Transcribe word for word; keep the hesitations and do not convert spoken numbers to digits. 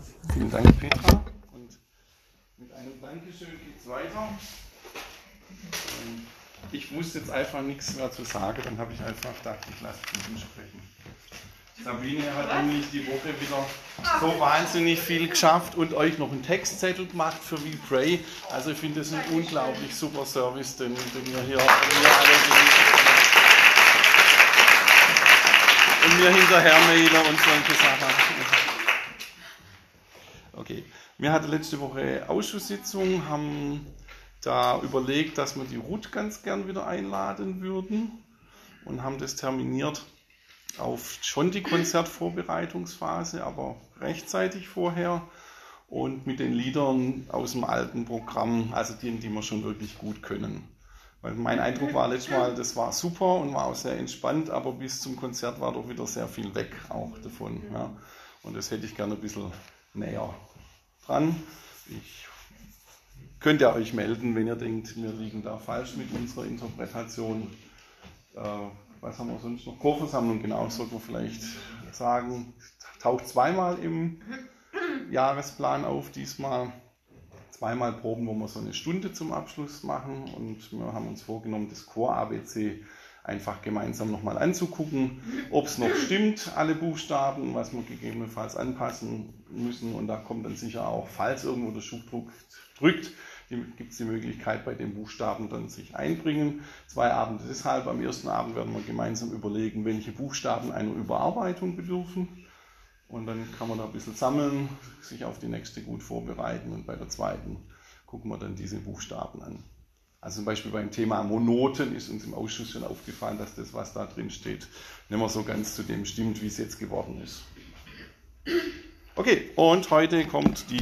Vielen Dank, Petra. Und mit einem Dankeschön geht es weiter. Und ich wusste jetzt einfach nichts mehr zu sagen, dann habe ich einfach gedacht, ich lasse ihn sprechen. Sabine hat nämlich die Woche wieder so wahnsinnig viel geschafft und euch noch einen Textzettel gemacht für We Pray. Also ich finde das ein unglaublich super Service, den, den wir hier, den wir alle und mir hinterher mailen und solche Sachen. Okay, wir hatten letzte Woche Ausschusssitzung, haben da überlegt, dass wir die Ruth ganz gern wieder einladen würden und haben das terminiert auf schon die Konzertvorbereitungsphase, aber rechtzeitig vorher und mit den Liedern aus dem alten Programm, also die, die wir schon wirklich gut können. Weil mein Eindruck war letztes Mal, das war super und war auch sehr entspannt, aber bis zum Konzert war doch wieder sehr viel weg auch davon. Ja. Und das hätte ich gerne ein bisschen näher dran. Ich könnt ihr euch melden, wenn ihr denkt, wir liegen da falsch mit unserer Interpretation. Äh, was haben wir sonst noch? Chorversammlung, genau, sollten wir vielleicht sagen, taucht zweimal im Jahresplan auf, diesmal zweimal Proben, wo wir so eine Stunde zum Abschluss machen und wir haben uns vorgenommen, das Chor-A B C einfach gemeinsam nochmal anzugucken, ob es noch stimmt, alle Buchstaben, was wir gegebenenfalls anpassen müssen und da kommt dann sicher auch, falls irgendwo der Schuh drückt, gibt es die Möglichkeit, bei den Buchstaben dann sich einbringen. Zwei Abende deshalb. Am ersten Abend werden wir gemeinsam überlegen, welche Buchstaben einer Überarbeitung bedürfen. Und dann kann man da ein bisschen sammeln, sich auf die nächste gut vorbereiten. Und bei der zweiten gucken wir dann diese Buchstaben an. Also zum Beispiel beim Thema Monoten ist uns im Ausschuss schon aufgefallen, dass das, was da drin steht, nicht mehr so ganz zu dem stimmt, wie es jetzt geworden ist. Okay, und heute kommt die